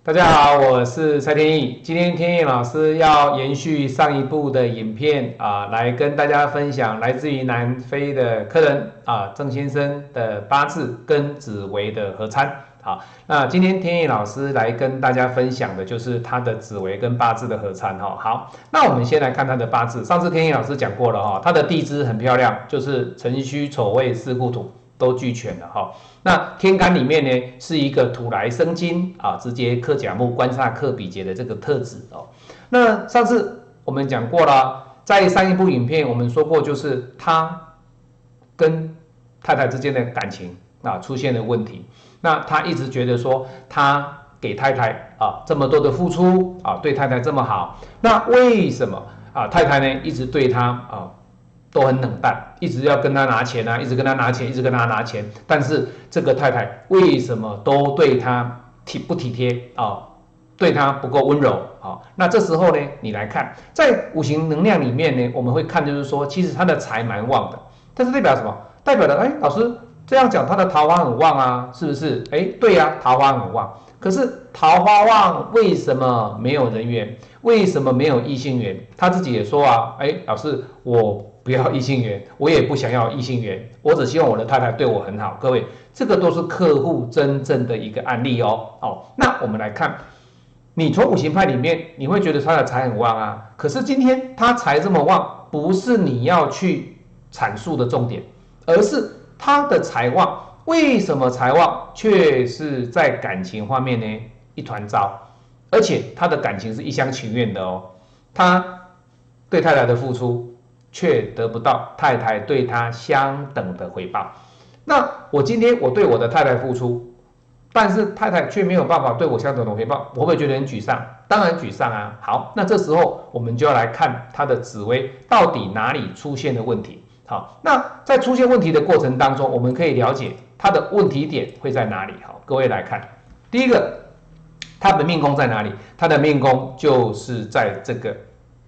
大家好，我是蔡天意。今天天意老师要延续上一部的影片来跟大家分享来自于南非的客人郑先生的八字跟紫微的合参。好，那今天天意老师来跟大家分享的就是他的紫微跟八字的合参哈。好，那我们先来看他的八字。上次天意老师讲过了哈，他的地支很漂亮，就是辰戌丑未巳戊土都俱全了哈。那天干里面呢，是一个土来生金直接克甲木，官煞克比劫的这个特质哦。那上次我们讲过了，在上一部影片我们说过，就是他跟太太之间的感情出现了问题。那他一直觉得说，他给太太这么多的付出对太太这么好，那为什么太太呢一直对他都很冷淡，一直要跟他拿钱一直跟他拿钱，一直跟他拿钱，但是这个太太为什么都对他不体贴对他不够温柔那这时候呢，你来看在五行能量里面呢，我们会看就是说，其实他的财蛮旺的，但是代表什么？代表了老师这样讲，他的桃花很旺是不是？对桃花很旺，可是桃花旺为什么没有人缘？为什么没有异性缘？他自己也说老师我不要异性缘，我也不想要异性缘，我只希望我的太太对我很好。各位，这个都是客户真正的一个案例那我们来看，你从五行派里面，你会觉得他的财很旺可是今天他财这么旺，不是你要去阐述的重点，而是他的财旺，为什么财旺却是在感情方面呢一团糟，而且他的感情是一厢情愿的他对太太的付出却得不到太太对他相等的回报。那今天我对我的太太付出，但是太太却没有办法对我相等的回报，我会不会觉得很沮丧？当然沮丧好，那这时候我们就要来看他的紫微到底哪里出现了问题。好，那在出现问题的过程当中，我们可以了解他的问题点会在哪里。好，各位来看，第一个，他的命宫在哪里？他的命宫就是在这个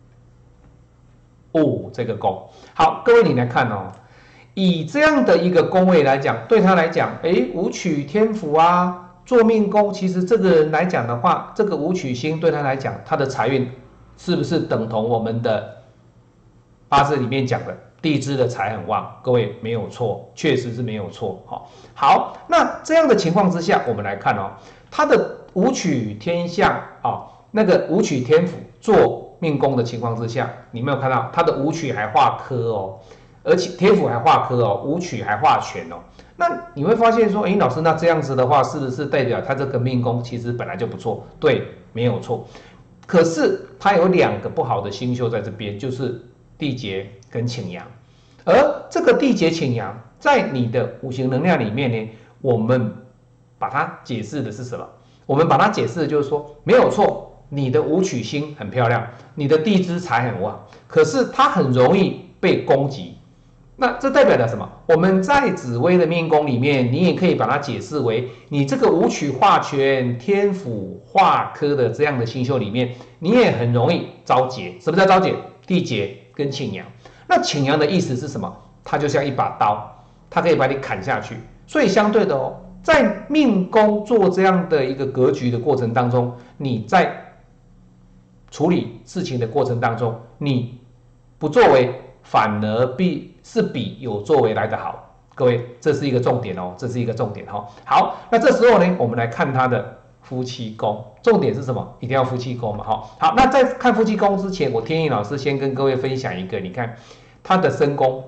这个宫。好，各位你来看以这样的一个宫位来讲，对他来讲武曲天府做命宫，其实这个人来讲的话，这个武曲星对他来讲，他的财运是不是等同我们的八字里面讲的地支的财很旺？各位没有错，确实是没有错好，那这样的情况之下，我们来看他的武曲天相那个武曲天府做命宫的情况之下，你没有看到他的武曲还化科而且天府还化科武曲还化权那你会发现说，老师，那这样子的话，是不是代表他这个命宫其实本来就不错？对，没有错。可是他有两个不好的星宿在这边，就是地劫跟请阳。而这个地劫请阳，在你的五行能量里面呢，我们把它解释的是什么？我们把它解释的就是说，没有错，你的武曲星很漂亮，你的地支财很旺，可是它很容易被攻击。那这代表了什么？我们在紫微的命宫里面，你也可以把它解释为，你这个武曲化权、天府化科的这样的星宿里面，你也很容易招劫。什么叫招劫？地劫跟请阳。那请阳的意思是什么？它就像一把刀，它可以把你砍下去。所以相对的在命宫做这样的一个格局的过程当中，你在处理事情的过程当中，你不作为，反而比有作为来得好。各位，这是一个重点这是一个重点好，那这时候呢，我们来看他的夫妻宫，重点是什么？一定要夫妻宫嘛好，那在看夫妻宫之前，我天意老师先跟各位分享一个，你看他的身宫，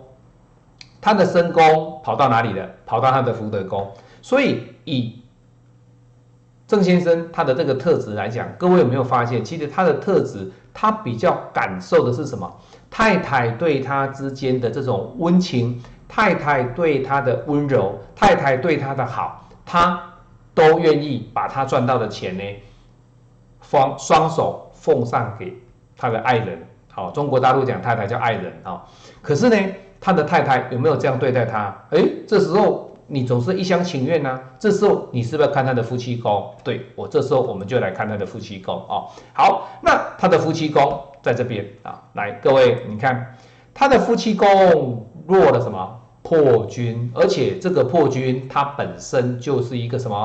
跑到哪里了？跑到他的福德宫。所以以郑先生他的这个特质来讲，各位有没有发现，其实他的特质，他比较感受的是什么？太太对他之间的这种温情，太太对他的温柔，太太对他的好，他都愿意把他赚到的钱呢，双手奉上给他的爱人。中国大陆讲太太叫爱人可是呢，他的太太有没有这样对待他？这时候你总是一厢情愿这时候你是不是要看他的夫妻宫？对，这时候我们就来看他的夫妻宫好，那他的夫妻宫在这边来，各位你看他的夫妻宫落了什么？破军，而且这个破军它本身就是一个什么？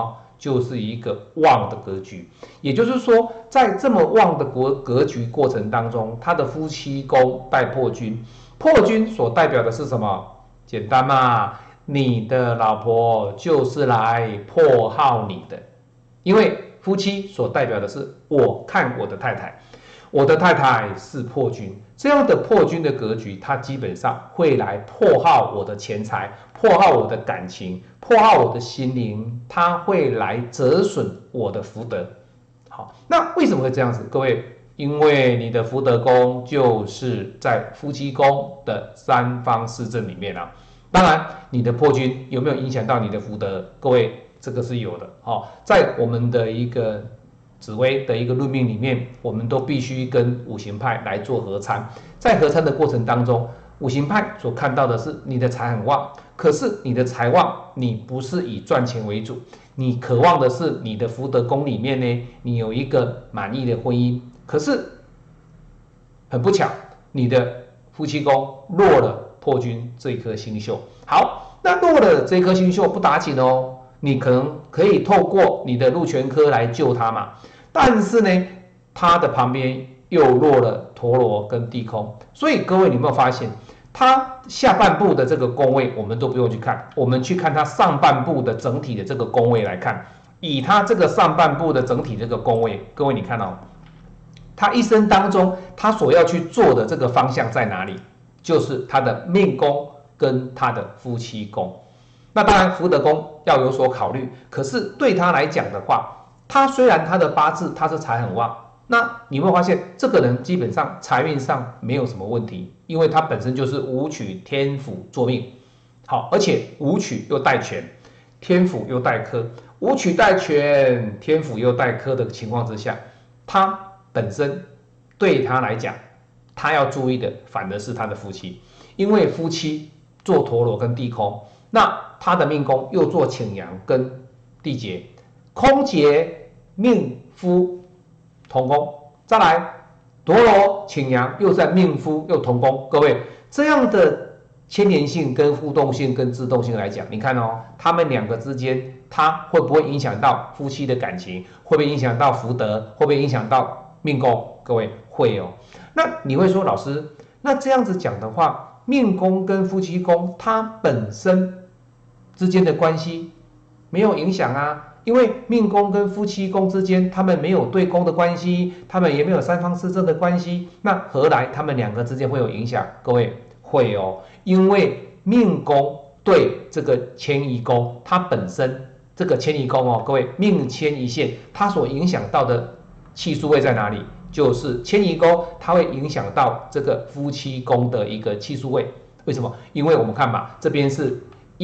就是一个旺的格局。也就是说，在这么旺的格局过程当中，他的夫妻宫带破军，破军所代表的是什么？简单嘛，你的老婆就是来破耗你的，因为夫妻所代表的是我看我的太太，我的太太是破军，这样的破军的格局，它基本上会来破耗我的钱财，破耗我的感情，破耗我的心灵，它会来折损我的福德。好，那为什么会这样子？各位，因为你的福德宫就是在夫妻宫的三方四正里面啊。当然，你的破军有没有影响到你的福德？各位，这个是有的。在我们的一个紫微的一个论命里面，我们都必须跟五行派来做合参。在合参的过程当中，五行派所看到的是你的财很旺，可是你的财旺，你不是以赚钱为主，你渴望的是你的福德宫里面呢，你有一个满意的婚姻，可是很不巧，你的夫妻宫落了破军这一颗星宿。好，那落了这颗星宿不打紧哦，你可能可以透过你的禄全科来救它嘛。但是呢，它的旁边又落了陀罗跟地空，所以各位你有没有发现，它下半部的这个宫位我们都不用去看，我们去看它上半部的整体的这个宫位来看。以它这个上半部的整体这个宫位，各位你看哦，他一生当中他所要去做的这个方向在哪里？就是他的命宫跟他的夫妻宫。那当然福德宫要有所考虑，可是对他来讲的话，他虽然他的八字他是财很旺，那你会发现这个人基本上财运上没有什么问题，因为他本身就是武曲天府坐命。好，而且武曲又带权，天府又带科，武曲带权，天府又带科的情况之下，他本身对他来讲，他要注意的反而是他的夫妻，因为夫妻做陀罗跟地空，那他的命宫又做擎羊跟地劫，空劫命夫同宫，再来陀罗擎羊又在命夫又同宫，各位这样的牵连性跟互动性跟制动性来讲，你看哦，他们两个之间，它会不会影响到夫妻的感情？会不会影响到福德？会不会影响到命宫？各位会哦。那你会说，老师，那这样子讲的话，命宫跟夫妻宫它本身之间的关系没有影响啊，因为命宫跟夫妻宫之间，他们没有对宫的关系，他们也没有三方四正的关系，那何来他们两个之间会有影响？各位会哦，因为命宫对这个迁移宫，它本身这个迁移宫哦，各位命迁移线，它所影响到的气数位在哪里？就是迁移宫，它会影响到这个夫妻宫的一个气数位。为什么？因为我们看嘛，这边是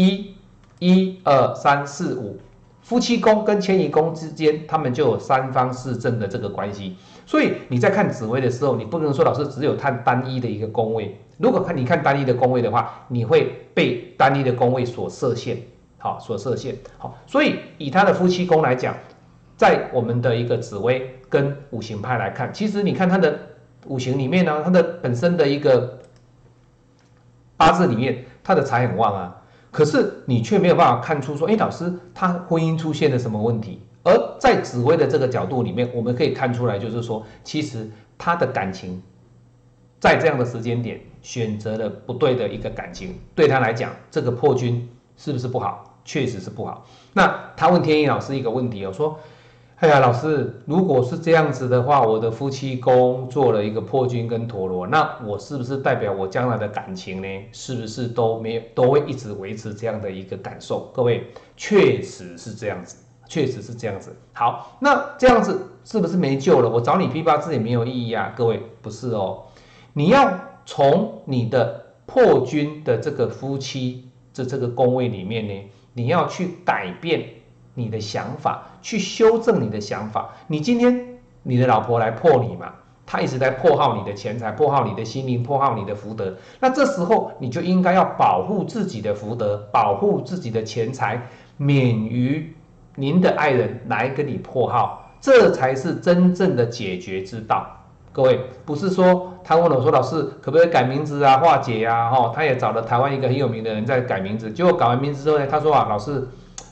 1、2、3、4、5，夫妻宫跟迁移宫之间，他们就有三方四正的这个关系。所以你在看紫微的时候，你不能说老师只有看单一的一个宫位。如果你看单一的宫位的话，你会被单一的宫位所设限，好，所设限。好，所以以他的夫妻宫来讲，在我们的一个紫微跟五行派来看，其实你看他的五行里面呢，他的本身的一个八字里面，他的财很旺啊，可是你却没有办法看出说，哎，老师他婚姻出现了什么问题？而在紫微的这个角度里面，我们可以看出来，就是说，其实他的感情在这样的时间点选择了不对的一个感情，对他来讲，这个破军是不是不好？确实是不好。那他问天意老师一个问题哦，说，哎呀，老师，如果是这样子的话，我的夫妻宫做了一个破军跟陀罗，那我是不是代表我将来的感情呢？是不是都会一直维持这样的一个感受？各位，确实是这样子。确实是这样子。好，那这样子是不是没救了？我找你批八字也没有意义啊，各位不是哦。你要从你的破军的这个夫妻这个宫位里面呢，你要去改变你的想法，去修正你的想法。你今天你的老婆来破你嘛，她一直在破耗你的钱财，破耗你的心灵，破耗你的福德。那这时候你就应该要保护自己的福德，保护自己的钱财，免于您的爱人来跟你破耗，这才是真正的解决之道。各位，不是说他问我说，老师可不可以改名字啊、化解啊？他也找了台湾一个很有名的人在改名字，结果改完名字之后呢，他说啊，老师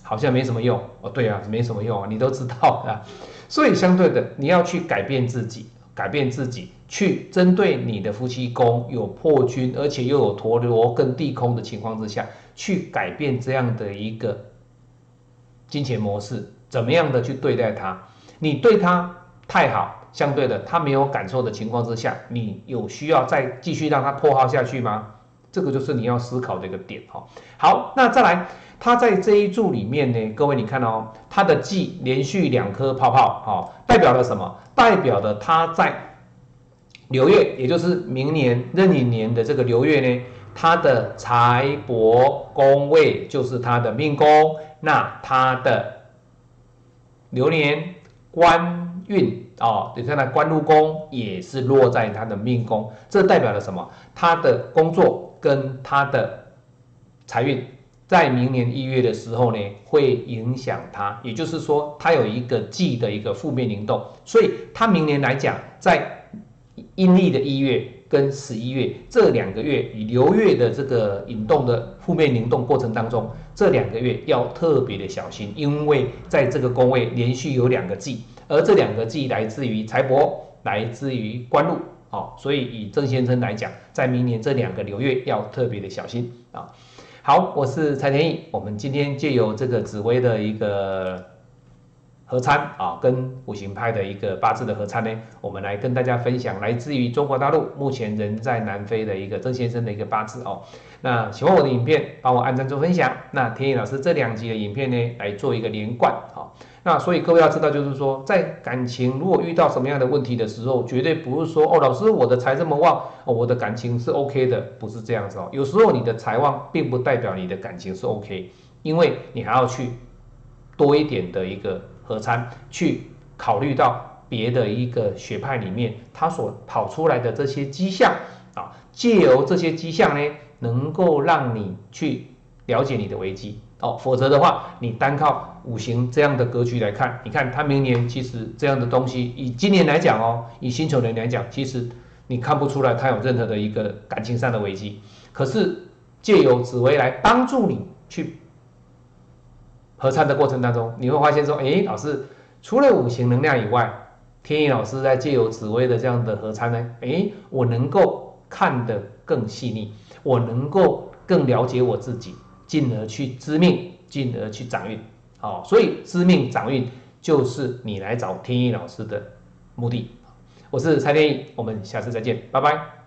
好像没什么用哦。对啊，没什么用啊，你都知道啊。所以相对的，你要去改变自己，去针对你的夫妻宫有破军，而且又有陀罗跟地空的情况之下，去改变这样的一个金钱模式，怎么样的去对待他？你对他太好，相对的他没有感受的情况之下，你有需要再继续让他破耗下去吗？这个就是你要思考的一个点哈。好，那再来，他在这一柱里面呢，各位你看哦，他的忌连续2颗泡泡，哦，代表了什么？代表了他在流月，也就是明年壬寅年的这个流月呢，他的财帛宫位就是他的命宫，那他的流年官运哦，你看他官禄宫也是落在他的命宫，这代表了什么？他的工作跟他的财运在明年1月的时候呢，会影响他，也就是说，他有一个忌的一个负面灵动，所以他明年来讲，在阴历的1月跟11月这2个月，以流月的这个引动的负面灵动过程当中，这2个月要特别的小心，因为在这个宫位连续有2个忌，而这2个忌来自于财帛，来自于官禄，哦，所以以郑先生来讲，在明年这2个流月要特别的小心啊。好，我是蔡天意，我们今天借由这个紫微的一个合参啊，跟五行派的一个八字的合参呢，我们来跟大家分享来自于中国大陆目前人在南非的一个郑先生的一个八字哦。那喜欢我的影片，帮我按赞做分享。那天意老师这2集的影片呢，来做一个连贯啊。那所以各位要知道，就是说，在感情如果遇到什么样的问题的时候，绝对不是说哦，老师我的财这么旺哦，我的感情是 OK 的，不是这样子哦。有时候你的财旺并不代表你的感情是 OK， 因为你还要去多一点的一个合参，去考虑到别的一个学派里面它所跑出来的这些迹象啊，借由这些迹象呢，能够让你去了解你的危机哦，否则的话，你单靠五行这样的格局来看，你看他明年其实这样的东西，以今年来讲哦，以辛丑年来讲，其实你看不出来他有任何的一个感情上的危机，可是借由紫微来帮助你去合参的过程当中，你会发现说，哎，老师除了五行能量以外，天意老师在借由紫微的这样的合参呢，哎，我能够看得更细腻，我能够更了解我自己，进而去知命，进而去掌运。好，所以知命掌运就是你来找天意老师的目的。我是蔡天意，我们下次再见，拜拜。